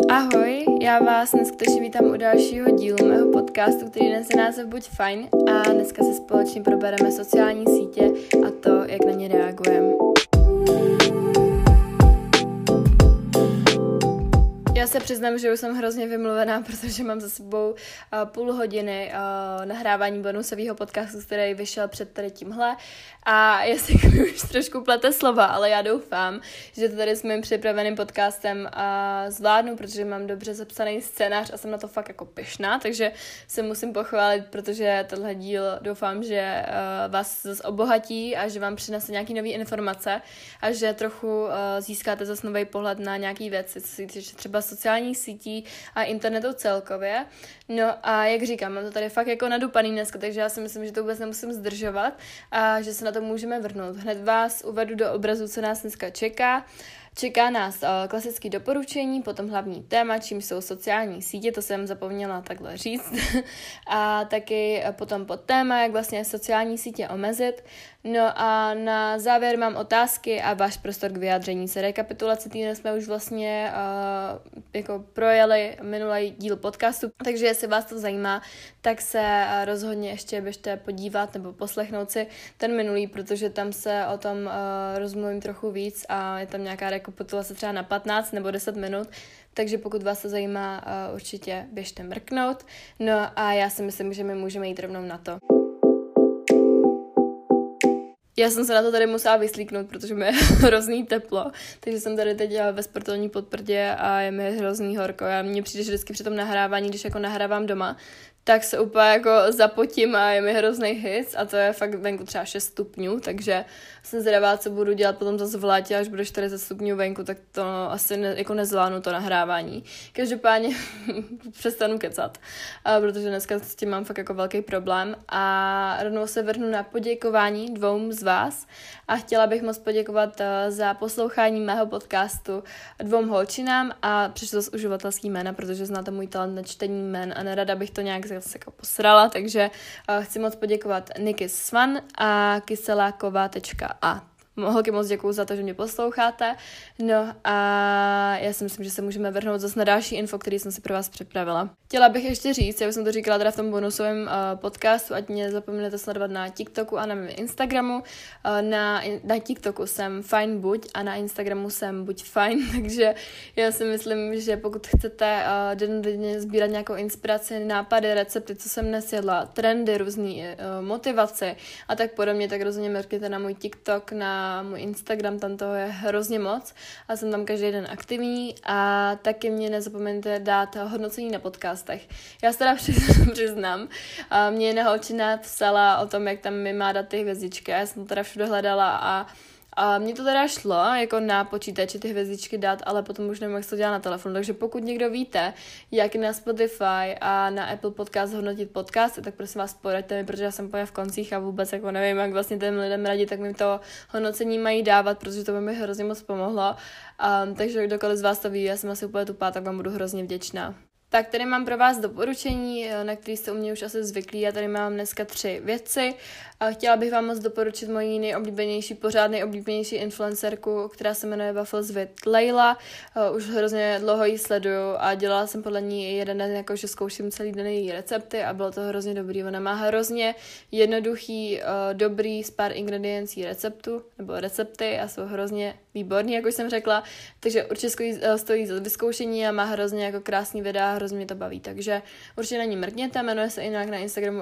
Ahoj, já vás neskutečně vítám u dalšího dílu mého podcastu, který nese název Buď fajn, a dneska se společně probereme sociální sítě a to, jak na ně reagujeme. Já se přiznám, že už jsem hrozně vymluvená, protože mám za sebou půl hodiny nahrávání bonusového podcastu, který vyšel před tady tímhle, a jestli mi už trošku plete slova, ale já doufám, že to tady s mým připraveným podcastem zvládnu, protože mám dobře zapsaný scénář a jsem na to fakt jako pyšná, takže se musím pochválit, protože tenhle díl doufám, že vás zase obohatí a že vám přinese nějaký nový informace a že trochu získáte zase nový pohled na nějaký věci, co se týče třeba sociálních sítí a internetu celkově. No a jak říkám, mám to tady fakt jako nadupaný dneska, takže já si myslím, že to vůbec nemusím zdržovat a že se na to můžeme vrhnout. Hned vás uvedu do obrazu, co nás dneska čeká. Čeká nás klasické doporučení, potom hlavní téma, čím jsou sociální sítě, to jsem zapomněla takhle říct. A taky potom podtéma, jak vlastně sociální sítě omezit. No a na závěr mám otázky a váš prostor k vyjádření se. Rekapitulaci týdne jsme už vlastně jako projeli minulý díl podcastu, takže jestli vás to zajímá, tak se rozhodně ještě běžte podívat nebo poslechnout si ten minulý, protože tam se o tom rozmluvím trochu víc a je tam nějaká rekapitulace třeba na 15 nebo 10 minut, takže pokud vás to zajímá, určitě běžte mrknout. No a já si myslím, že my můžeme jít rovnou na to. Já jsem se na to tady musela vyslíknout, protože mi je hrozný teplo, takže jsem tady teď ve sportovní podprdě a je mi hrozný horko. Mně přijde, že vždycky při tom nahrávání, když jako nahrávám doma, tak se úplně jako zapotím a je mi hrozný hys a to je fakt venku třeba 6 stupňů, takže jsem zvědavá, co budu dělat potom zase v létě, až bude 40 stupňů venku, tak to asi jako nezvládnu to nahrávání. Každopádně přestanu kecat, protože dneska s tím mám fakt jako velký problém a rovnou se vrhnu na poděkování 2 z vás a chtěla bych moc poděkovat za poslouchání mého podcastu 2 holčinám a přečtu zase uživatelský jména, protože znáte můj talent na čtení jmén a nerada bych to nějak zase jako posrala, takže chci moc poděkovat Niky Svan a kyseláková.a. Holky, moc děkuju za to, že mě posloucháte. No a já si myslím, že se můžeme vrhnout zase na další info, který jsem si pro vás připravila. Chtěla bych ještě říct, já už jsem to říkala teda v tom bonusovém podcastu, ať mě zapomenete sledovat na TikToku a na mém Instagramu. Na TikToku jsem fajn buď a na Instagramu jsem buď fajn, takže já si myslím, že pokud chcete denně sbírat nějakou inspiraci, nápady, recepty, co jsem dnes jedla, trendy, různý motivace a tak podobně, tak rozhodně mrkněte na můj TikTok, na můj Instagram, tam toho je hrozně moc a jsem tam každý den aktivní a taky mě nezapomeňte dát hodnocení na podcastech. Já se teda přiznám, mě jedna holčina psala o tom, jak tam mi má dát ty hvězdičky a já jsem to teda všude hledala a mně to teda šlo, jako na počítači ty hvězdičky dát, ale potom už nevím, jak se to dělá na telefonu. Takže pokud někdo víte, jak na Spotify a na Apple Podcast hodnotit podcasty, tak prosím vás poraďte mi, protože já jsem v koncích a vůbec jako nevím, jak vlastně těm lidem radit, tak mi to hodnocení mají dávat, protože to by mi hrozně moc pomohlo. Takže kdokoliv z vás to ví, já jsem asi úplně tupá, tak vám budu hrozně vděčná. Tak tady mám pro vás doporučení, na který jste u mě už asi zvyklí. Já tady mám dneska 3 věci. Chtěla bych vám moc doporučit moji nejoblíbenější, pořád nejoblíbenější influencerku, která se jmenuje Waffles with Layla. Už hrozně dlouho ji sleduju a dělala jsem podle ní jeden den, jako že zkouším celý den její recepty a bylo to hrozně dobrý. Ona má hrozně jednoduchý, dobrý z pár ingrediencí recepty a jsou hrozně výborný, jak už jsem řekla. Takže určitě stojí za vyzkoušení a má hrozně jako krásný videa, hrozně mě to baví. Takže určitě na ní mrkněte, jmenuje se jinak na Instagramu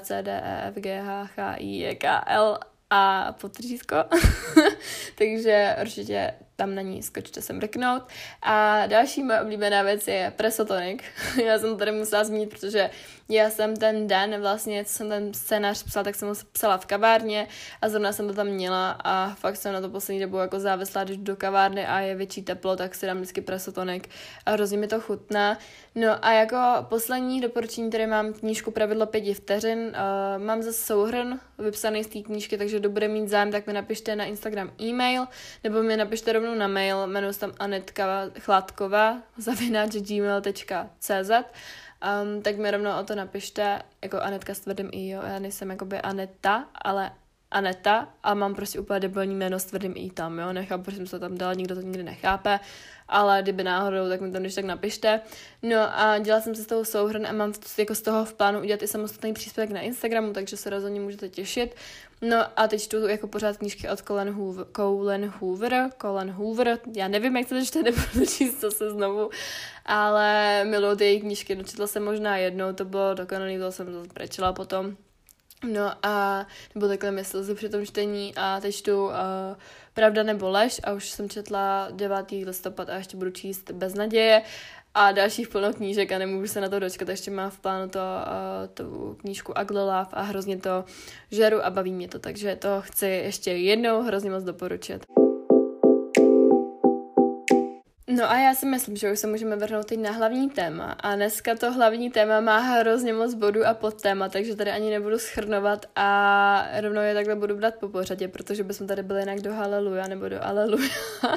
ABCDEFGHKIJKL a potřízko. Takže určitě tam na ní skočte se mrknout. A další moje oblíbená věc je Presotonic. Já jsem to tady musela zmínit, protože já jsem ten den vlastně, co jsem ten scénář psala, tak jsem ho psala v kavárně a zrovna jsem to tam měla a fakt jsem na to poslední dobu jako závislá, když jdu do kavárny a je větší teplo, tak si dám vždycky Presotonic a hrozně mi to chutná. No a jako poslední doporučení tady mám knížku Pravidlo 5 vteřin. Mám zase souhrn vypsaný z té knížky, takže kdo bude mít zájem, tak mi napište na Instagram e-mail, nebo mi napište rovnou na mail, jmenuji se tam Anetka Chladková @gmail.cz. Tak mi rovnou o to napište, jako Anetka s tvrdým i, jo, já nejsem jakoby Aneta, ale Aneta a mám prostě úplně debilní jméno s tvrdým i tam, jo, nechápu, proč jsem to tam dala, nikdo to nikdy nechápe ale kdyby náhodou, tak mi to když tak napište. No a dělala jsem se z toho souhrn a mám jako z toho v plánu udělat i samostatný příspěvek na Instagramu, takže se rozhodně můžete těšit. No a teď čtu jako pořád knížky od Colleen Hoover, já nevím, jak to čte, nebudu číst zase znovu, ale miluji ty její knížky, dočetla jsem možná jednou, to bylo dokonalý, to jsem to prečela potom. No a nebo takhle myslel si při tom čtení a teď čtu Pravda nebo lež a už jsem četla 9. listopad a ještě budu číst Beznaděje a dalších plno knížek a nemůžu se na to dočkat, ještě mám v plánu tu knížku Ugly Love a hrozně to žeru a baví mě to, takže to chci ještě jednou hrozně moc doporučit. No a já si myslím, že už se můžeme vrhnout teď na hlavní téma a dneska to hlavní téma má hrozně moc bodů a podtéma, takže tady ani nebudu shrnovat a rovnou je takhle budu brát po pořadě, protože bychom tady byli jinak do Haleluja nebo do Aleluja.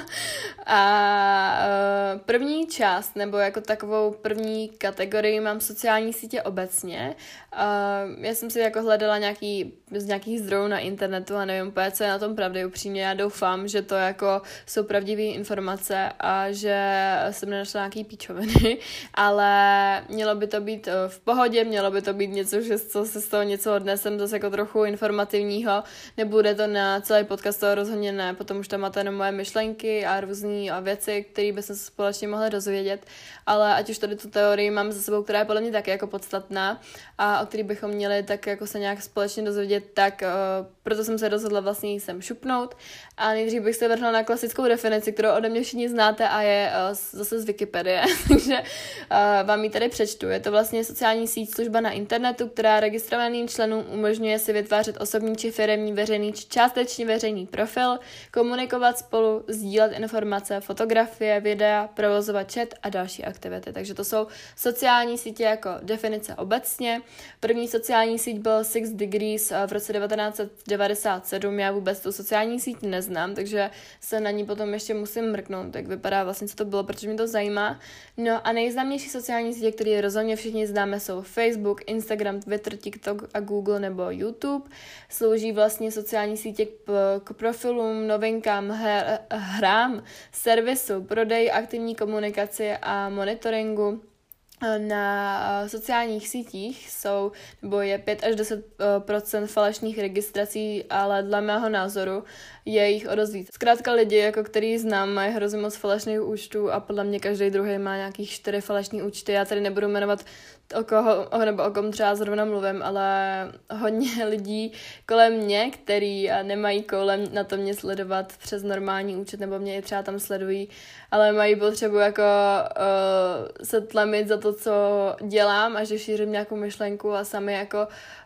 A první část, nebo jako takovou první kategorii mám sociální sítě obecně. Já jsem si jako hledala z nějakých zdrojů na internetu a nevím úplně, co je na tom pravdy upřímně. Já doufám, že to jako jsou pravdivé informace a že jsem nenašla nějaký píčoviny, ale mělo by to být v pohodě, mělo by to být něco, že co se z toho něco odnesem, zase jako trochu informativního. Nebude to na celý podcast, to rozhodně ne, potom už tam máte jenom moje myšlenky a různé věci, které bychom se společně mohli dozvědět, ale ať už tady tu teorii mám za sebou, která je podle mě taky jako podstatná a o který bychom měli tak jako se nějak společně dozvědět, tak proto jsem se rozhodla vlastně jí sem šupnout a nejdřív bych se vrhla na klasickou definici, kterou ode mě všichni znáte a je zase z Wikipedie, takže vám ji tady přečtu. Je to vlastně sociální síť, služba na internetu, která registrovaným členům umožňuje si vytvářet osobní či firemní veřejný či částečně veřejný profil, komunikovat spolu, sdílet informace, fotografie, videa, provozovat chat a další aktivity. Takže to jsou sociální sítě jako definice obecně. První sociální síť byl Six Degrees v roce 1997. Já vůbec tu sociální síť neznám, takže se na ní potom ještě musím mrknout, jak vypadá vlastně, co to bylo, protože mě to zajímá. No a nejznámější sociální sítě, které rozhodně všichni známe, jsou Facebook, Instagram, Twitter, TikTok a Google nebo YouTube. Slouží vlastně sociální sítě k profilům, novinkám, hrám, servisu, prodeji, aktivní komunikaci a monitoringu. Na sociálních sítích je 5 až 10% falešných registrací, ale dle mého názoru je jich o dost víc. Zkrátka lidi, jako který znám, mají hrozně moc falešných účtů a podle mě každý druhý má nějakých 4 falešní účty. Já tady nebudu jmenovat o kom třeba zrovna mluvím, ale hodně lidí kolem mě, který nemají koulem na to mě sledovat přes normální účet, nebo mě i třeba tam sledují, ale mají potřebu jako se tlemit za to, co dělám a že šířím nějakou myšlenku a sami jako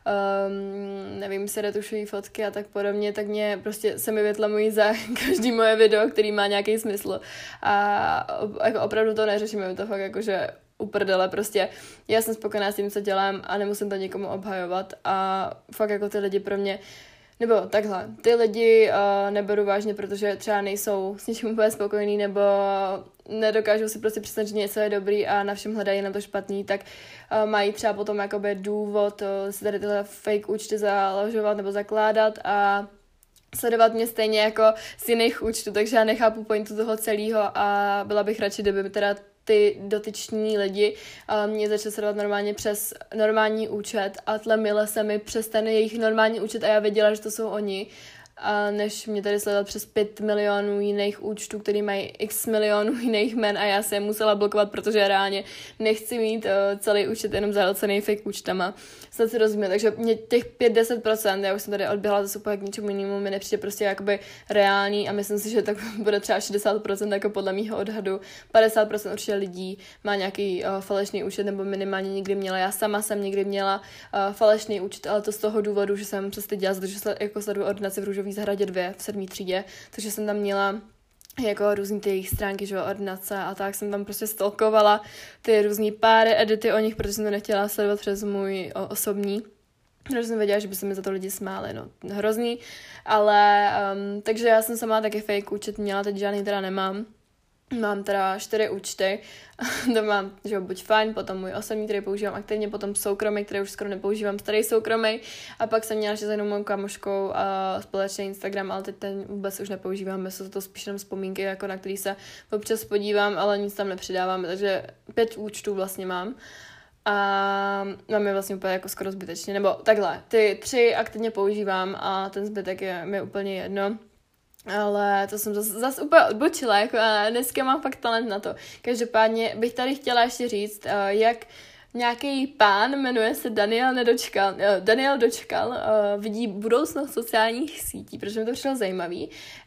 nevím, si retušují fotky a tak podobně, tak mě prostě se mi vytlamují za každý moje video, který má nějaký smysl a jako opravdu to neřeším, je to fakt jakože uprdele, prostě já jsem spokojená s tím, co dělám a nemusím to někomu obhajovat a fakt jako ty lidi pro mě, nebo takhle, ty lidi neberu vážně, protože třeba nejsou s něčím úplně spokojení nebo nedokážou si prostě představit, že něco je dobrý a na všem hledají na to špatný, tak mají třeba potom jakoby důvod si tady tyhle fake účty založovat nebo zakládat a sledovat mě stejně jako z jiných účtů, takže já nechápu pointu toho celého a byla bych radši, kdyby teda ty dotyční lidi mě začali sledovat normálně přes normální účet a tlemile se mi přes ten jejich normální účet a já věděla, že to jsou oni, a než mě tady sledovat přes 5 milionů jiných účtů, který mají x milionů jiných jmen a já se je musela blokovat, protože reálně nechci mít celý účet jenom zahlcený fake účtama. Snad si rozumím, takže mě těch 5-10%, já už jsem tady odběhla zase úplně k něčemu jinému, mi nepřijde prostě jakoby reálný a myslím si, že tak bude třeba 60% jako podle mýho odhadu. 50% určitě lidí má nějaký falešný účet nebo minimálně někdy měla. Já sama jsem někdy měla falešný účet, ale to z toho důvodu, že jsem se styděla, protože jako sleduju ordinaci v Růžové zahradě 2 v 7. třídě, takže jsem tam měla jako různý ty jejich stránky, že ordinace a tak jsem tam prostě stalkovala ty různý páry, edity o nich, protože jsem to nechtěla sledovat přes můj osobní. Protože jsem věděla, že by se mi za to lidi smáli, no hrozný, ale takže já jsem sama taky fake účet měla, teď žádný teda nemám. Mám teda 4 účty, to mám, že buď fajn, potom můj osobní, který používám aktivně, potom soukromý, který už skoro nepoužívám, starý soukromý, a pak jsem měla ještě s jednou mou kamoškou společný Instagram, ale teď ten vůbec už nepoužíváme, jsou to spíš jenom vzpomínky, jako na který se občas podívám, ale nic tam nepřidáváme, takže 5 účtů vlastně mám. A mám je vlastně úplně jako skoro zbytečně, nebo takhle, ty 3 aktivně používám a ten zbytek je mi úplně jedno. Ale to jsem zase úplně odbočila, jako a dneska mám fakt talent na to. Každopádně bych tady chtěla ještě říct, jak nějaký pán, jmenuje se Daniel Dočkal, vidí budoucnost sociálních sítí, protože mi to přišlo zajímavý.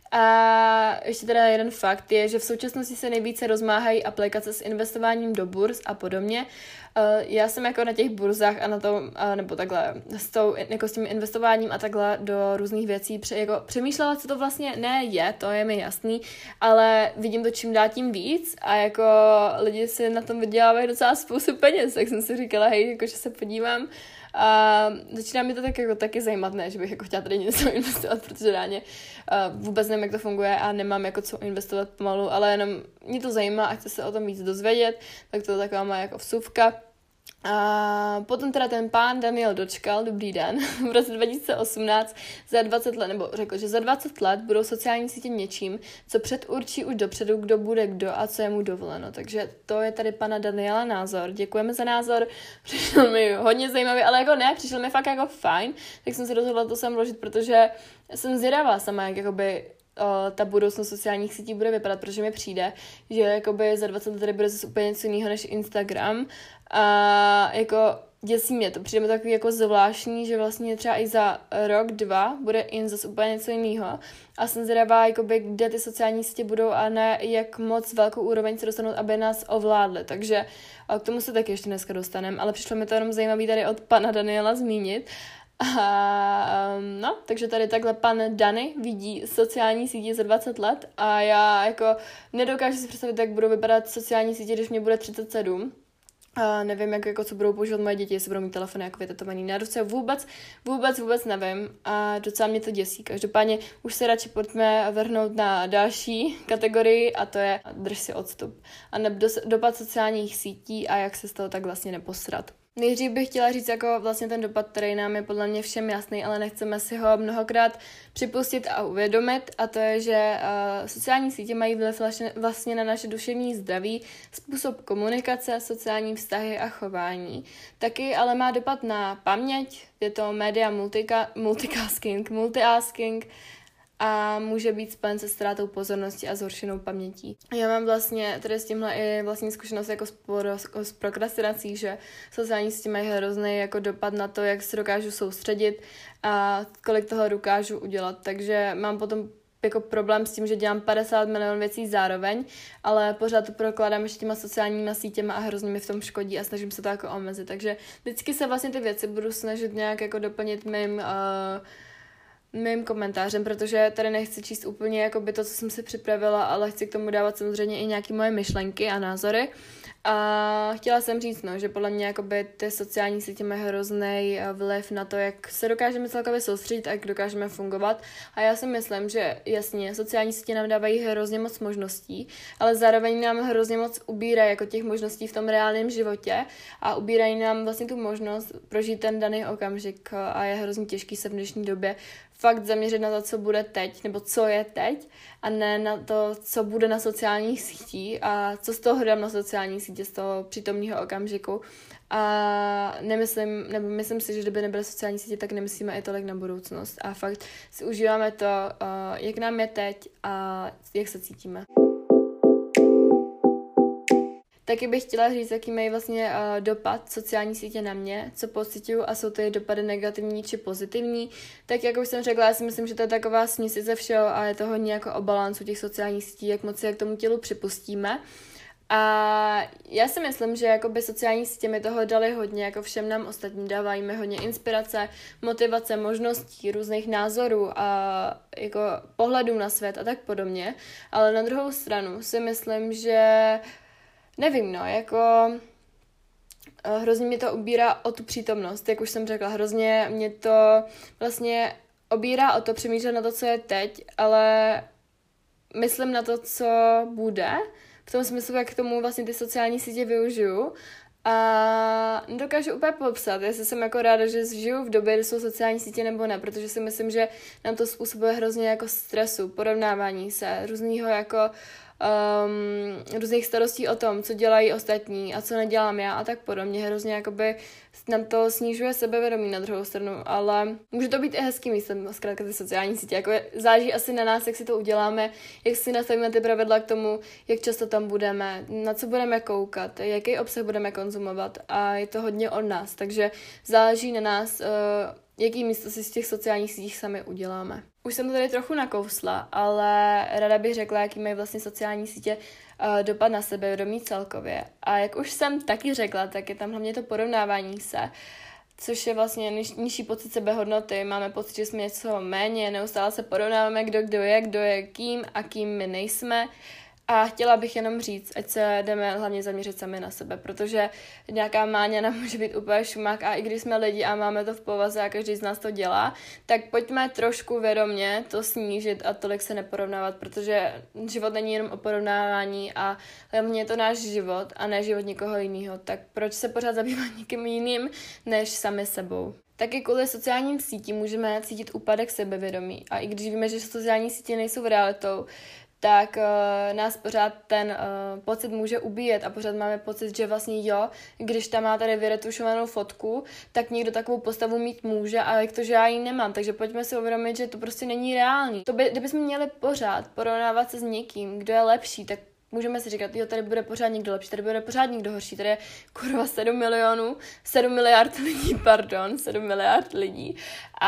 A ještě teda jeden fakt je, že v současnosti se nejvíce rozmáhají aplikace s investováním do burz a podobně. Já jsem jako na těch burzách a na tom, nebo takhle, s tím investováním a takhle do různých věcí jako přemýšlela, co to vlastně je, to je mi jasný, ale vidím to čím dál tím víc a jako lidi si na tom vydělávají docela spoustu peněz, tak jsem si říkala, hej, jako, že se podívám. A začíná mi to tak jako taky zajímat, ne, že bych jako chtěla tady něco investovat, protože reálně vůbec nevím, jak to funguje a nemám jako co investovat pomalu, ale jenom mě to zajímá a chci se o tom víc dozvědět, tak to taková má jako vsuvka. A potom teda ten pán Daniel Dočkal, dobrý den, v roce 2018 za 20 let, nebo řekl, že za 20 let budou sociální sítě něčím, co předurčí už dopředu, kdo bude kdo a co je mu dovoleno. Takže to je tady pana Daniela názor. Děkujeme za názor, přišel mi hodně zajímavý, ale jako ne, přišel mi fakt jako fajn, tak jsem se rozhodla to sem vložit, protože jsem zvědavá sama, jak jakoby ta budoucnost sociálních sítí bude vypadat, protože mi přijde, že jakoby za 20 let tady bude zase úplně něco jiného než Instagram a jako děsí mě to, přijde mi takový jako zvláštní, že vlastně třeba i za rok, 2 bude in zase úplně něco jiného a jsem zvědavá, jakoby, kde ty sociální sítě budou a na jak moc velkou úroveň se dostanou, aby nás ovládly, takže k tomu se taky ještě dneska dostaneme, ale přišlo mi to jenom zajímavý tady od pana Daniela zmínit. A no, takže tady takhle pan Dany vidí sociální sítě za 20 let a já jako nedokážu si představit, jak budou vypadat sociální sítě, když mě bude 37. A nevím, jako co budou používat moje děti, jestli budou mít telefony jako vytetovaný na ruce, vůbec nevím a docela mě to děsí. Každopádně už se radši pojďme vrhnout na další kategorii a to je drž si odstup a dopad sociálních sítí a jak se z toho tak vlastně neposrat. Nejdřív bych chtěla říct jako vlastně ten dopad, který nám je podle mě všem jasný, ale nechceme si ho mnohokrát připustit a uvědomit a to je, že sociální sítě mají vliv vlastně na naše duševní zdraví, způsob komunikace, sociální vztahy a chování. Taky ale má dopad na paměť, je to média multitasking, a může být spojen se ztrátou pozornosti a zhoršenou pamětí. Já mám vlastně tady s tímhle i vlastní zkušenost jako s prokrastinací, že sociální sítě mají hrozný jako dopad na to, jak se dokážu soustředit a kolik toho dokážu udělat. Takže mám potom jako problém s tím, že dělám 50 milionů věcí zároveň, ale pořád to prokládám ještě těma sociálníma sítěma a hrozně mi v tom škodí a snažím se to jako omezit. Takže vždycky se vlastně ty věci budu snažit nějak jako doplnit mým komentářem, protože tady nechci číst úplně jakoby to, co jsem si připravila, ale chci k tomu dávat samozřejmě i nějaké moje myšlenky a názory. A chtěla jsem říct, že podle mě jakoby ty sociální sítě mají hrozný vliv na to, jak se dokážeme celkově soustředit a jak dokážeme fungovat. A já si myslím, že jasně, sociální sítě nám dávají hrozně moc možností, ale zároveň nám hrozně moc ubírají jako těch možností v tom reálném životě a ubírají nám vlastně tu možnost prožít ten daný okamžik a je hrozně těžký se v dnešní době fakt zaměřit na to, co bude teď, nebo co je teď, a ne na to, co bude na sociálních sítích a co z toho dám na sociální sítě, z toho přítomného okamžiku. A myslím si, že kdyby nebyly sociální sítě, tak nemyslíme i tolik na budoucnost. A fakt si užíváme to, jak nám je teď a jak se cítíme. Taky bych chtěla říct, jaký mají vlastně dopad sociální sítě na mě, co pociťuju a jsou ty dopady negativní či pozitivní. Tak jak už jsem řekla, já si myslím, že to je taková směsice všeho a je to hodně jako o balancu těch sociálních sítí, jak moc se k tomu tělu připustíme. A já si myslím, že jakoby sociální sítě mi toho dali hodně, jako všem nám ostatním dávají mi hodně inspirace, motivace, možností, různých názorů a jako pohledů na svět a tak podobně. Ale na druhou stranu si myslím, že nevím, hrozně mě to ubírá o tu přítomnost, jak už jsem řekla, hrozně mě to vlastně obírá o to přemýšlet na to, co je teď, ale myslím na to, co bude, v tom smyslu, jak k tomu vlastně ty sociální sítě využiju. A nedokážu úplně popsat, jestli jsem jako ráda, že žiju v době, kdy jsou sociální sítě nebo ne, protože si myslím, že nám to způsobuje hrozně jako stresu, porovnávání se, různýho jako různých starostí o tom, co dělají ostatní a co nedělám já a tak podobně. Hrozně jakoby nám to snižuje sebevědomí na druhou stranu, ale může to být i hezký místem, zkrátka ty sociální sítě. Jako záleží asi na nás, jak si to uděláme, jak si nastavíme ty pravidla k tomu, jak často tam budeme, na co budeme koukat, jaký obsah budeme konzumovat a je to hodně od nás, takže záleží na nás, jaký místo si z těch sociálních sítích sami uděláme. Už jsem to tady trochu nakousla, ale ráda bych řekla, jaký mají vlastně sociální sítě dopad na sebevědomí celkově. A jak už jsem taky řekla, tak je tam hlavně to porovnávání se, což je vlastně nižší pocit sebehodnoty. Máme pocit, že jsme něco méně, neustále se porovnáváme, kdo je kým a kým my nejsme. A chtěla bych jenom říct, ať se jdeme hlavně zaměřit sami na sebe, protože nějaká máňa nám může být úplně šumák a i když jsme lidi a máme to v povaze a každý z nás to dělá, tak pojďme trošku vědomě to snížit a tolik se neporovnávat, protože život není jenom o porovnávání a hlavně je to náš život a ne život někoho jiného. Tak proč se pořád zabývat někým jiným než sami sebou? Taky kvůli sociálním sítím můžeme cítit úpadek sebevědomí a i když víme, že sociální sítě nejsou realitou, tak nás pořád ten pocit může ubíjet a pořád máme pocit, že vlastně jo, když tam má tady vyretušovanou fotku, tak někdo takovou postavu mít může a jak to, že já ji nemám, takže pojďme si uvědomit, že to prostě není reálný. Kdybychom měli pořád porovnávat se s někým, kdo je lepší, tak můžeme si říkat, jo, tady bude pořád někdo lepší, tady bude pořád někdo horší, tady je kurva 7 miliard lidí.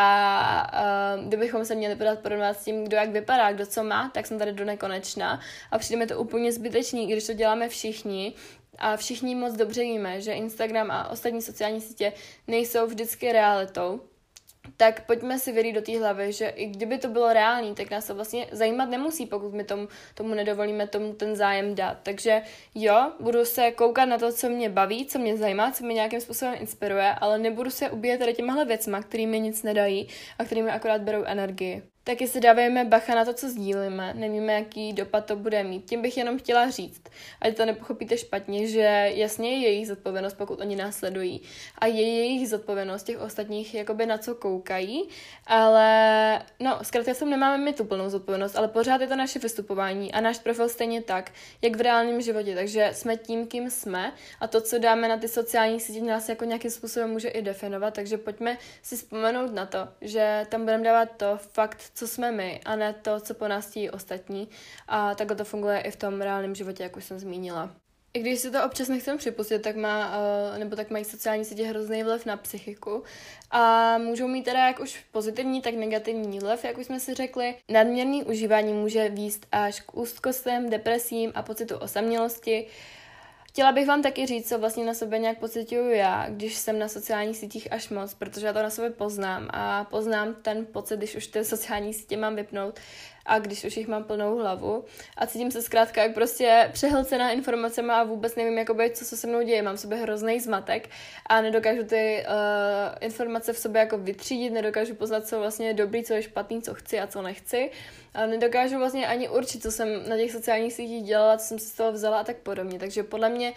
A kdybychom se měli pořád porovnat s tím, kdo jak vypadá, kdo co má, tak jsme tady do nekonečna. A přijde mi to úplně zbytečný, když to děláme všichni. A všichni moc dobře víme, že Instagram a ostatní sociální sítě nejsou vždycky realitou. Tak pojďme si věřit do té hlavy, že i kdyby to bylo reálný, tak nás to vlastně zajímat nemusí, pokud my tomu nedovolíme tomu ten zájem dát. Takže jo, budu se koukat na to, co mě baví, co mě zajímá, co mě nějakým způsobem inspiruje, ale nebudu se ubíjet tady těmahle věcma, který mi nic nedají a který mi akorát berou energii. Taky si dávejme bacha na to, co sdílíme, nevíme, jaký dopad to bude mít. Tím bych jenom chtěla říct, ať to nepochopíte špatně, že jasně je jejich zodpovědnost, pokud oni nás sledují. A je jejich zodpovědnost těch ostatních, jakoby na co koukají, ale no, zkrátka v tom nemáme my tu plnou zodpovědnost, ale pořád je to naše vystupování a náš profil stejně tak, jak v reálném životě, takže jsme tím, kým jsme a to, co dáme na ty sociální sítě, nás jako nějakým způsobem může i definovat, takže pojďme si vzpomenout na to, že tam budeme dávat to fakt, co jsme my, a ne to, co po nás chtějí ostatní. A takhle to funguje i v tom reálném životě, jak už jsem zmínila. I když si to občas nechcem připustit, tak mají sociální sítě hrozný vliv na psychiku a můžou mít teda jak už pozitivní, tak negativní vliv, jak už jsme si řekli. Nadměrný užívání může vést až k úzkostem, depresím a pocitu osamělosti. Chtěla bych vám taky říct, co vlastně na sebe nějak pociťuju já, když jsem na sociálních sítích až moc, protože já to na sobě poznám a poznám ten pocit, když už ty sociální sítě mám vypnout a když už jich mám plnou hlavu a cítím se zkrátka jak prostě přehlcená informacemi a vůbec nevím, jakoby, co se se mnou děje. Mám v sobě hrozný zmatek a nedokážu ty informace v sobě jako vytřídit, nedokážu poznat, co vlastně je dobrý, co je špatný, co chci a co nechci. A nedokážu vlastně ani určit, co jsem na těch sociálních sítích dělala, co jsem si z toho vzala a tak podobně. Takže podle mě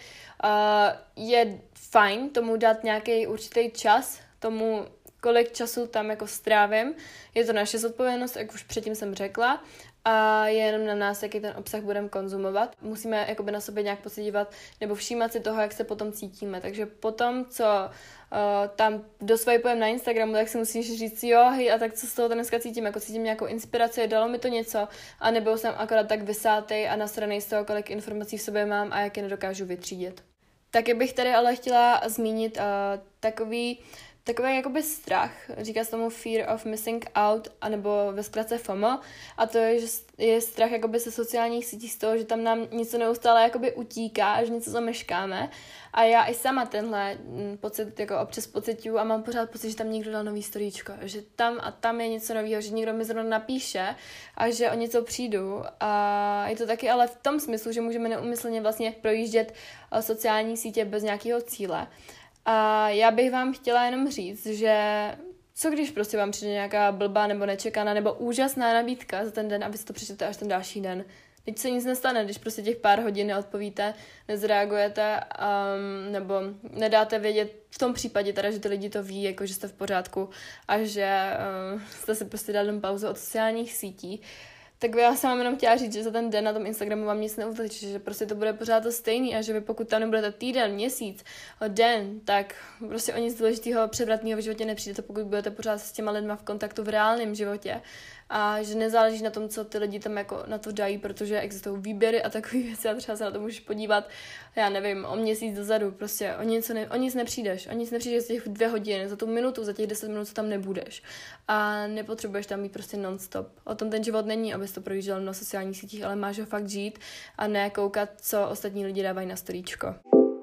je fajn tomu dát nějaký určitý čas, tomu kolik času tam jako strávím. Je to naše zodpovědnost, jak už předtím jsem řekla, a je jenom na nás, jaký ten obsah budeme konzumovat. Musíme jakoby na sobě nějak pocitovat nebo všímat si toho, jak se potom cítíme. Takže potom, co tam doswipujem na Instagramu, tak si musíš říct, jo, hej, a tak co z toho dneska cítím, jako cítím nějakou inspiraci, dalo mi to něco, a nebo jsem akorát tak vysátej a nasranej z toho, kolik informací v sobě mám a jak je nedokážu vytřídit. Taky bych tady ale chtěla zmínit takový jakoby strach, říká se tomu fear of missing out, anebo ve zkratce FOMO, a to je, že je strach jakoby se sociálních sítí z toho, že tam nám něco neustále jakoby utíká, že něco zameškáme, a já i sama tenhle pocit jako občas pociťuju a mám pořád pocit, že tam někdo dal nový storíčko, že tam a tam je něco nového, že někdo mi zrovna napíše a že o něco přijdu, a je to taky ale v tom smyslu, že můžeme neúmyslně vlastně projíždět sociální sítě bez nějakého cíle. A já bych vám chtěla jenom říct, že co když prostě vám přijde nějaká blbá nebo nečekaná nebo úžasná nabídka za ten den a vy si to přečtete až ten další den. Teď se nic nestane, když prostě těch pár hodin neodpovíte, nezreagujete nebo nedáte vědět v tom případě teda, že ty lidi to ví, jako že jste v pořádku a že jste si prostě dali pauzu od sociálních sítí. Tak já jsem vám jenom chtěla říct, že za ten den na tom Instagramu vám nic neuteče, že prostě to bude pořád to stejný a že vy pokud tam nebudete týden, měsíc, den, tak prostě o nic důležitého převratného v životě nepřijdete, pokud budete pořád s těma lidma v kontaktu v reálném životě. A že nezáleží na tom, co ty lidi tam jako na to dají, protože existují výběry a takové věci a třeba se na to můžeš podívat, já nevím, o měsíc dozadu, prostě o nic nepřijdeš za těch 2 hodiny, za tu minutu, za těch 10 minut, co tam nebudeš a nepotřebuješ tam být prostě non-stop. O tom ten život není, abys to projížděl na sociálních sítích, ale máš ho fakt žít a ne koukat, co ostatní lidi dávají na storíčko.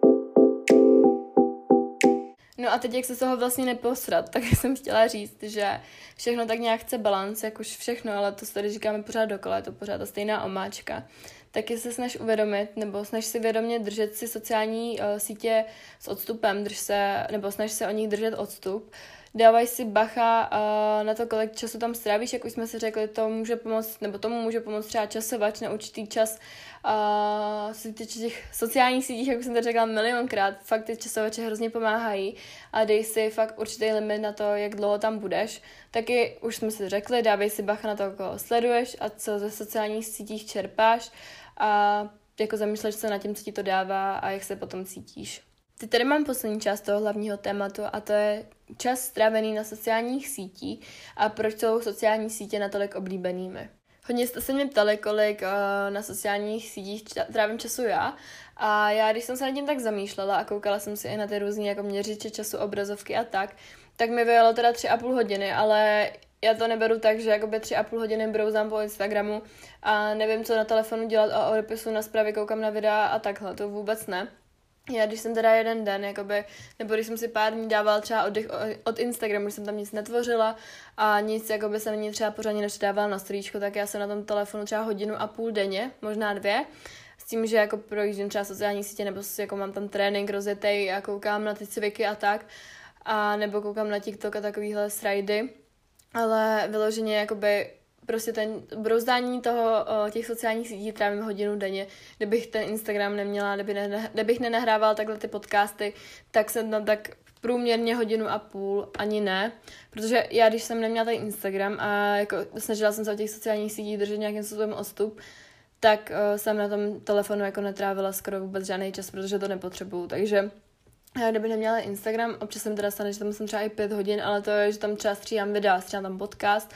No a teď, jak se z toho vlastně neposrat, tak jsem chtěla říct, že všechno tak nějak chce balans, jak už všechno, ale to tady říkáme pořád dokola, je to pořád ta stejná omáčka. Taky se snaž uvědomit, nebo snaž si vědomě držet si sociální sítě s odstupem, snaž se o nich držet odstup. Dávaj si bacha na to, kolik času tam strávíš, jak už jsme si řekli, to může pomoct, nebo tomu může pomoct třeba časovač na určitý čas. Se týče těch sociálních sítích, jak už jsem to řekla milionkrát, fakt ty časovače hrozně pomáhají a dej si fakt určitý limit na to, jak dlouho tam budeš. Taky už jsme si řekli, dávej si bacha na to, koho sleduješ a co ze sociálních sítích čerpáš a jako zamýšleš se nad tím, co ti to dává a jak se potom cítíš. Teď tady mám poslední část toho hlavního tématu a to je čas strávený na sociálních sítích a proč jsou sociální sítě natolik oblíbenými. Hodně jste se mě ptali, kolik na sociálních sítích trávím času já a já, když jsem se nad tím tak zamýšlela a koukala jsem si i na ty různý jako měřiče času, obrazovky a tak mi vyjelo teda 3,5 hodiny, ale já to neberu tak, že jakoby 3,5 hodiny brouzám po Instagramu a nevím, co na telefonu dělat a odepisu na zprávy, koukám na videa a takhle, to vůbec ne. Já, když jsem teda jeden den, nebo když jsem si pár dní dávala třeba oddych od Instagramu, když jsem tam nic netvořila a nic, se na ní třeba pořádně nepřidávala na storíčko, tak já jsem na tom telefonu třeba 1,5 hodiny denně, možná 2, s tím, že jako projíždím třeba sociální sítě, nebo jako mám tam trénink rozjetej a koukám na ty cviky a tak, a nebo koukám na TikTok a takovýhle srajdy, ale vyloženě prostě ten brouzdání těch sociálních sítí trávím 1 hodinu denně. Kdybych ten Instagram neměla, kdybych nenahrávala takhle ty podcasty, tak jsem tam tak průměrně 1,5 hodiny, ani ne. Protože já, když jsem neměla ten Instagram a jako snažila jsem se o těch sociálních sítích držet nějakým způsobem odstup, tak jsem na tom telefonu jako netrávila skoro vůbec žádný čas, protože to nepotřebuju. Takže kdyby neměla Instagram, občas jsem teda stane, že tam jsem třeba i 5 hodin, ale to je, že tam třeba stříhám videa, stříhám tam podcast,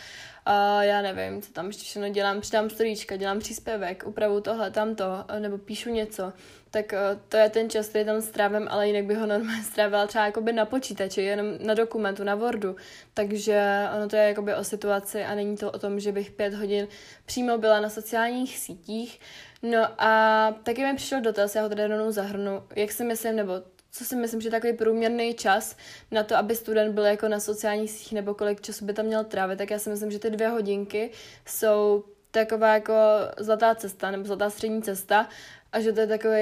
já nevím, co tam ještě všechno dělám, přidám storíčka, dělám příspěvek, upravu tohle, tamto, nebo píšu něco, tak to je ten čas, který tam strávím, ale jinak bych ho normálně strávila třeba na počítači, jenom na dokumentu, na Wordu, takže ono to je o situaci a není to o tom, že bych 5 hodin přímo byla na sociálních sítích. No a taky mi přišel dotaz, já ho tady rovnou zahrnu, jak si myslím, nebo co si myslím, že takový průměrný čas na to, aby student byl jako na sociálních sítích nebo kolik času by tam měl trávit, tak já si myslím, že ty 2 hodinky jsou taková jako zlatá cesta nebo zlatá střední cesta a že to je takový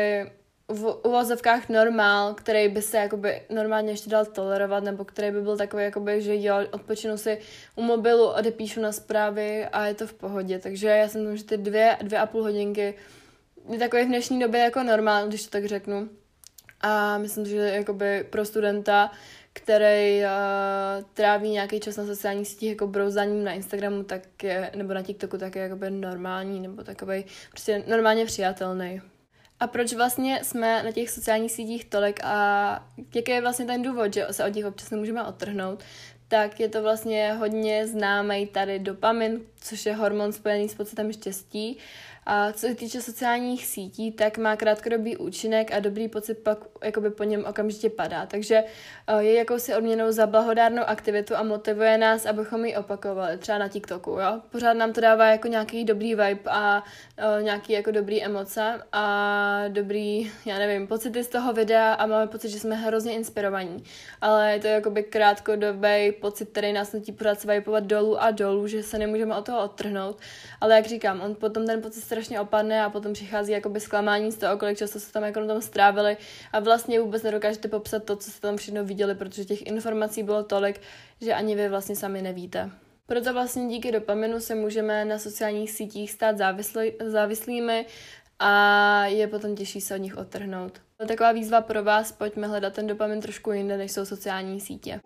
v uvozovkách normál, který by se normálně ještě dal tolerovat, nebo který by byl takový že jo, odpočinu si u mobilu, odepíšu na zprávy a je to v pohodě. Takže já si myslím, že ty 2,5 hodinky je takový v dnešní době jako normál, když to tak řeknu. A myslím, že pro studenta, který tráví nějaký čas na sociálních sítích jako brouzáním na Instagramu nebo na TikToku, tak je normální nebo takovej prostě normálně přijatelný. A proč vlastně jsme na těch sociálních sítích tolik a jaký je vlastně ten důvod, že se od nich občas nemůžeme odtrhnout, tak je to vlastně hodně známý tady dopamin, což je hormon spojený s pocitem štěstí. A co se týče sociálních sítí, tak má krátkodobý účinek a dobrý pocit pak po něm okamžitě padá. Takže je jakousi odměnou za blahodárnou aktivitu a motivuje nás, abychom ji opakovali, třeba na TikToku. Jo? Pořád nám to dává nějaký dobrý vibe a nějaký dobrý emoce a dobrý, já nevím, pocity z toho videa a máme pocit, že jsme hrozně inspirovaní. Ale je to krátkodobý pocit, který nás nutí pořád svajpovat dolů a dolů, že se nemůžeme od toho odtrhnout. Ale jak říkám, on potom ten pocit strašně opadne a potom přichází zklamání z toho, kolik času se tam na tom strávili a vlastně vůbec nedokážete popsat to, co jste tam všechno viděli, protože těch informací bylo tolik, že ani vy vlastně sami nevíte. Proto vlastně díky dopaminu se můžeme na sociálních sítích stát závislými a je potom těžší se od nich odtrhnout. Taková výzva pro vás, pojďme hledat ten dopamin trošku jinde, než jsou sociální sítě.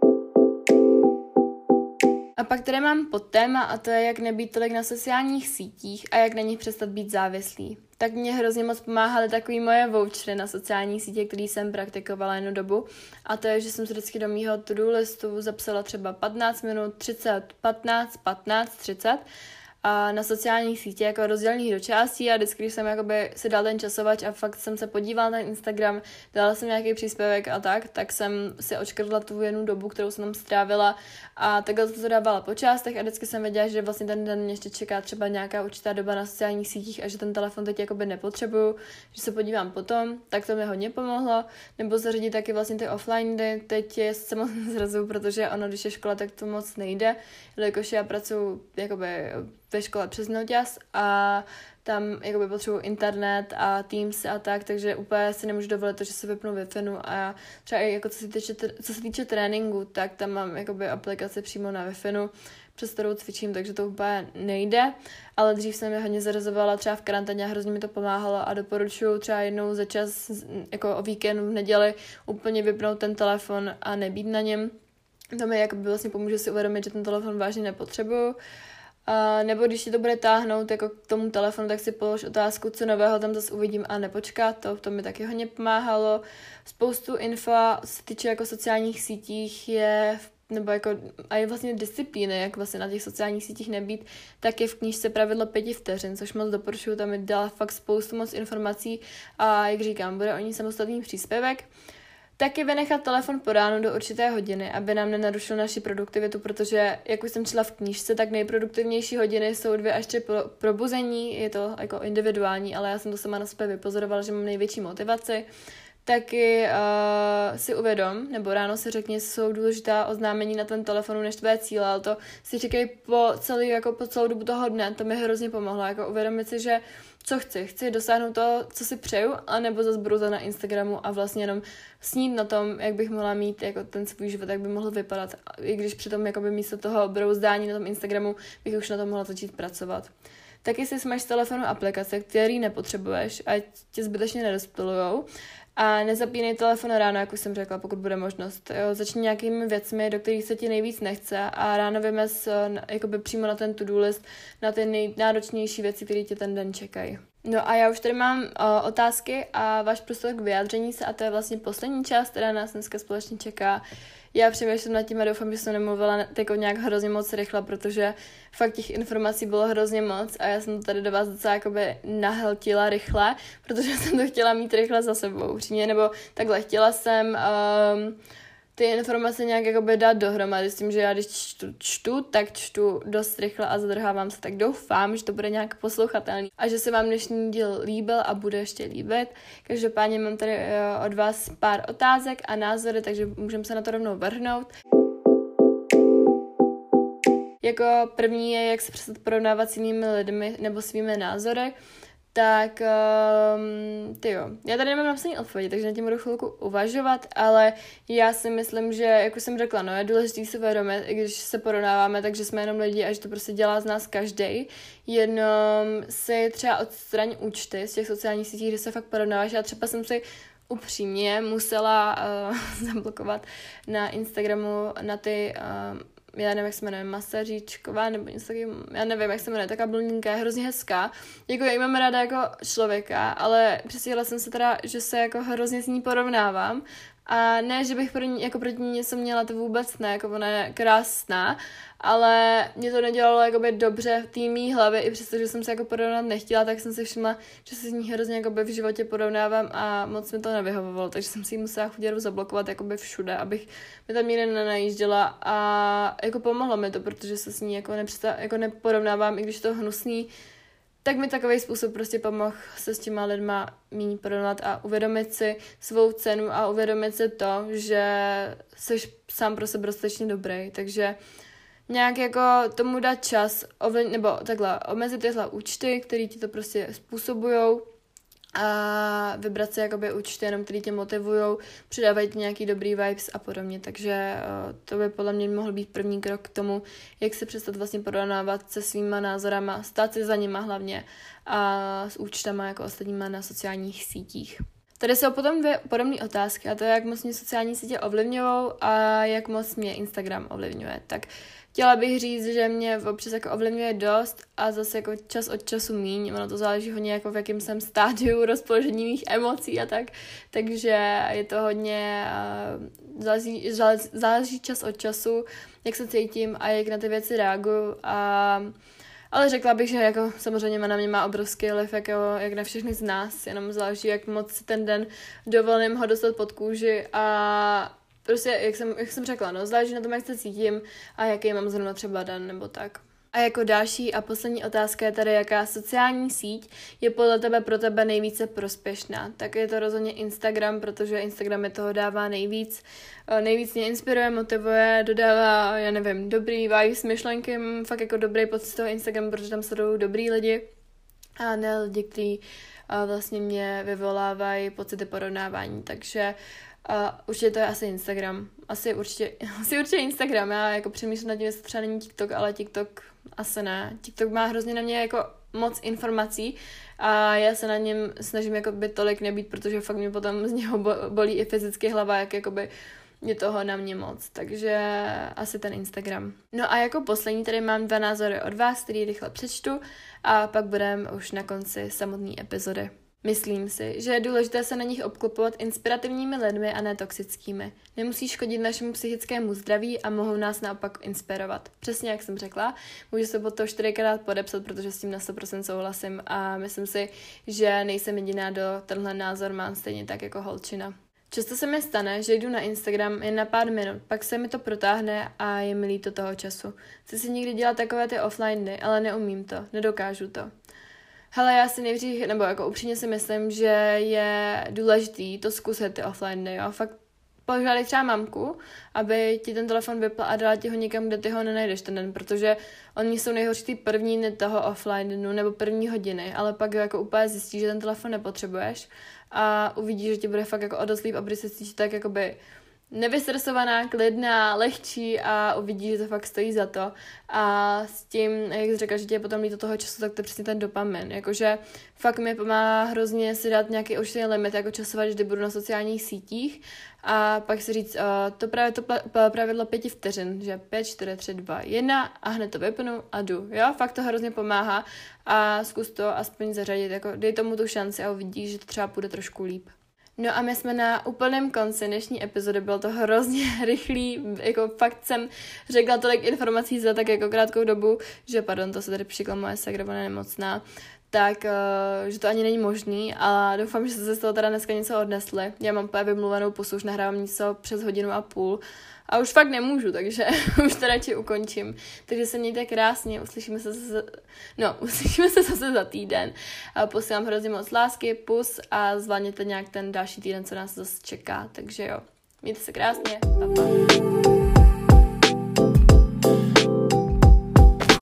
A pak tady mám podtéma a to je, jak nebýt tolik na sociálních sítích a jak na nich přestat být závislý. Tak mě hrozně moc pomáhaly takový moje vouchery na sociální sítě, který jsem praktikovala jednu dobu. A to je, že jsem si vždycky do mýho to-do listu zapsala třeba 15 minut, 30, 15, 15, 30 a na sociálních sítě jako rozdělených do částí a vždycky, když jsem jakoby si dal ten časovač a fakt jsem se podívala na Instagram, dala jsem nějaký příspěvek a tak jsem si odškrtla tu jednu dobu, kterou jsem tam strávila a takhle jsem to dávala po částech a vždycky jsem věděla, že vlastně ten den mě ještě čeká třeba nějaká určitá doba na sociálních sítích a že ten telefon teď jakoby nepotřebuju, že se podívám potom, tak to mi hodně pomohlo, nebo zařadit taky vlastně ty offline dny, teď se moc zrazu, protože ono, když je škola, tak to moc nejde, jelikož já pracuji jakoby ve škole přes noťaz a tam jakoby potřebuji internet a Teams a tak, takže úplně si nemůžu dovolit to, že se vypnu Wi-Fi a třeba i jako co se týče tréninku, tak tam mám jakoby aplikaci přímo na Wi-Fi, přes kterou cvičím, takže to úplně nejde, ale dřív jsem je hodně zařazovala třeba v karanténě a hrozně mi to pomáhalo a doporučuji třeba jednou za čas, jako o víkendu v neděli, úplně vypnout ten telefon a nebýt na něm. To mi jakoby vlastně pomůže si uvědomit, že ten telefon vážně nepotřebuju. Nebo když ti to bude táhnout jako k tomu telefonu, tak si polož otázku, co nového tam zase uvidím a nepočkat, to mi taky hodně pomáhalo. Spoustu info, co se týče jako sociálních sítích je, nebo jako a je vlastně disciplíny, jak vlastně na těch sociálních sítích nebýt, tak je v knížce pravidlo 5 vteřin, což moc doporučuju, tam mi dala fakt spoustu moc informací a jak říkám, bude o ní samostatný příspěvek. Taky vynechat telefon po ránu do určité hodiny, aby nám nenarušil naši produktivitu, protože, jak už jsem četla v knížce, tak nejproduktivnější hodiny jsou 2 až 3 probuzení, je to jako individuální, ale já jsem to sama na sebe vypozorovala, že mám největší motivaci. Taky si uvědom, nebo ráno si řekni, jsou důležitá oznámení na ten telefonu než tvé cíle, ale to si říkej po celou dobu toho dne, to mi hrozně pomohlo, jako uvědomit si, že co chci dosáhnout to, co si přeju, anebo zase bruzat na Instagramu a vlastně jenom snít na tom, jak bych mohla mít jako ten svůj život, jak by mohl vypadat, i když přitom jakoby místo toho brouzdání na tom Instagramu bych už na tom mohla začít pracovat. Taky si smaž z telefonu aplikace, který nepotřebuješ, ať tě zbytečně nerozptilujou. A nezapínej telefon ráno, jak už jsem řekla, pokud bude možnost. Jo, začni nějakými věcmi, do kterých se ti nejvíc nechce a ráno vymez jakoby přímo na ten to-do list, na ty nejnáročnější věci, které tě ten den čekají. No a já už tady mám otázky a váš prostor k vyjádření se a to je vlastně poslední část, která nás dneska společně čeká. Já přemýšlím nad tím a doufám, že jsem nemluvila jako nějak hrozně moc rychle, protože fakt těch informací bylo hrozně moc a já jsem to tady do vás docela jakoby nahltila rychle, protože jsem to chtěla mít rychle za sebou, upřímně, nebo takhle chtěla jsem ty informace nějak jakoby dát dohromady s tím, že já když čtu, tak čtu dost rychle a zadrhávám se, tak doufám, že to bude nějak poslouchatelný a že se vám dnešní díl líbil a bude ještě líbit. Každopádně mám tady od vás pár otázek a názory, takže můžeme se na to rovnou vrhnout. Jako první je, jak se přestat porovnávat s jinými lidmi nebo svými názory. Tak, já tady nemám napsaný odpovědi, takže na tím budu chvilku uvažovat, ale já si myslím, že, jak už jsem řekla, no, je důležité si uvědomit, i když se porovnáváme, takže jsme jenom lidi a že to prostě dělá z nás každej, jenom si třeba odstraň účty z těch sociálních sítí, kde se fakt porovnáváš. Já třeba jsem si upřímně musela zablokovat na Instagramu na ty já nevím, jak se jmenuje, Masaříčková, nebo něco takového, já nevím, jak se jmenuje, taká blondýnka je hrozně hezká. Jako já ji mám ráda jako člověka, ale přesvědčila jsem se teda, že se jako hrozně s ní porovnávám. A ne, že bych proti ní něco měla, to vůbec ne, jako ona je krásná, ale mě to nedělalo jakoby dobře v té mý hlavě, i přesto, že jsem se jako porovnat nechtěla, tak jsem si všimla, že se s ní hrozně jakoby v životě porovnávám a moc mi to nevyhovovalo, takže jsem si ji musela chuděru zablokovat jakoby všude, abych mi tam nikde nenajížděla a jako pomohlo mi to, protože se s ní jako neporovnávám, i když to hnusný, tak mi takový způsob prostě pomohl se s těma lidma méně porovnat a uvědomit si svou cenu a uvědomit si to, že jsi sám pro sebe dostatečně dobrý. Takže nějak jako tomu dát čas, nebo takhle, omezit tyhle účty, které ti to prostě způsobujou a vybrat si jakoby účty jenom, který tě motivujou, přidávají ti nějaký dobrý vibes a podobně, takže to by podle mě mohl být první krok k tomu, jak se přestat vlastně porovnávat se svýma názorama, stát si za nima hlavně a s účtama jako ostatníma na sociálních sítích. Tady jsou potom dvě podobné otázky a to je, jak moc mě sociální sítě ovlivňují a jak moc mě Instagram ovlivňuje. Tak chtěla bych říct, že mě občas jako ovlivňuje dost a zase jako čas od času míň. Ono to záleží hodně jako v jakém jsem stádiu rozpoložení mých emocí a tak. Takže je to hodně, záleží čas od času, jak se cítím a jak na ty věci reaguju. Ale řekla bych, že jako samozřejmě na mě má obrovský vliv, jak na všechny z nás, jenom záleží, jak moc si ten den dovolím ho dostat pod kůži a prostě, jak jsem řekla, no, záleží na tom, jak se cítím a jaký mám zrovna třeba den nebo tak. A jako další a poslední otázka je tady, jaká sociální síť je podle tebe pro tebe nejvíce prospěšná. Tak je to rozhodně Instagram, protože Instagram mi toho dává nejvíc. Nejvíc mě inspiruje, motivuje, dodává, já nevím, dobrý vibes, myšlenky, fakt jako dobrý pocit z toho Instagramu, protože tam sledují dobrý lidi a ne lidi, kteří vlastně mě vyvolávají pocity porovnávání. Takže určitě to je asi Instagram. Asi určitě Instagram. Já jako přemýšlím nad tím, jestli třeba není TikTok, ale TikTok asi ne. TikTok má hrozně na mě jako moc informací a já se na něm snažím jakoby tolik nebýt, protože fakt mě potom z něho bolí i fyzicky hlava, jak jakoby je toho na mě moc, takže asi ten Instagram. No a jako poslední tady mám 2 názory od vás, který rychle přečtu a pak budeme už na konci samotné epizody. Myslím si, že je důležité se na nich obklopovat inspirativními lidmi a ne toxickými. Nemusí škodit našemu psychickému zdraví a mohou nás naopak inspirovat. Přesně jak jsem řekla, můžu se pod to 4krát podepsat, protože s tím na 100% souhlasím a myslím si, že nejsem jediná, kdo tenhle názor mám stejně tak jako holčina. Často se mi stane, že jdu na Instagram jen na pár minut, pak se mi to protáhne a je mi líto toho času. Chci si někdy dělat takové ty offline dny, ale neumím to, nedokážu to. Hele, já si nejdřív, nebo jako upřímně si myslím, že je důležitý to zkusit ty offline dny, jo. Fakt požádej třeba mamku, aby ti ten telefon vypl a dala ti ho někam, kde ty ho nenajdeš ten den, protože oni jsou nejhorší ty první dny toho offline dnu nebo první hodiny, ale pak jako úplně zjistíš, že ten telefon nepotřebuješ a uvidíš, že ti bude fakt jako o dost líp a bude se cítit tak jakoby nevystresovaná, klidná, lehčí a uvidíš, že to fakt stojí za to. A s tím, jak jsi řekla, že ti je potom líto toho času, tak to je přesně ten dopamin. Jakože fakt mi pomáhá hrozně si dát nějaký určitý limit, jako časovat, kdy budu na sociálních sítích a pak si říct, to pravidlo 5 vteřin, že 5, 4, 3, 2, 1 a hned to vypnu a jdu. Jo, fakt to hrozně pomáhá a zkus to aspoň zařadit, jako dej tomu tu šanci a uvidíš, že to třeba půjde trošku líp. No a my jsme na úplném konci dnešní epizody, bylo to hrozně rychlý, jako fakt jsem řekla tolik informací za tak jako krátkou dobu, že pardon, to se tady přišla moje segra, ona je nemocná, tak, že to ani není možný, ale doufám, že jste z toho teda dneska něco odnesli. Já mám úplně vymluvenou pusu, už nahrávám něco přes 1,5 hodiny a už fakt nemůžu, takže už to radši ukončím. Takže se mějte krásně, uslyšíme se zase za týden. Posílám hrozně moc lásky, pus a zvládněte nějak ten další týden, co nás zase čeká. Takže jo, mějte se krásně, pa.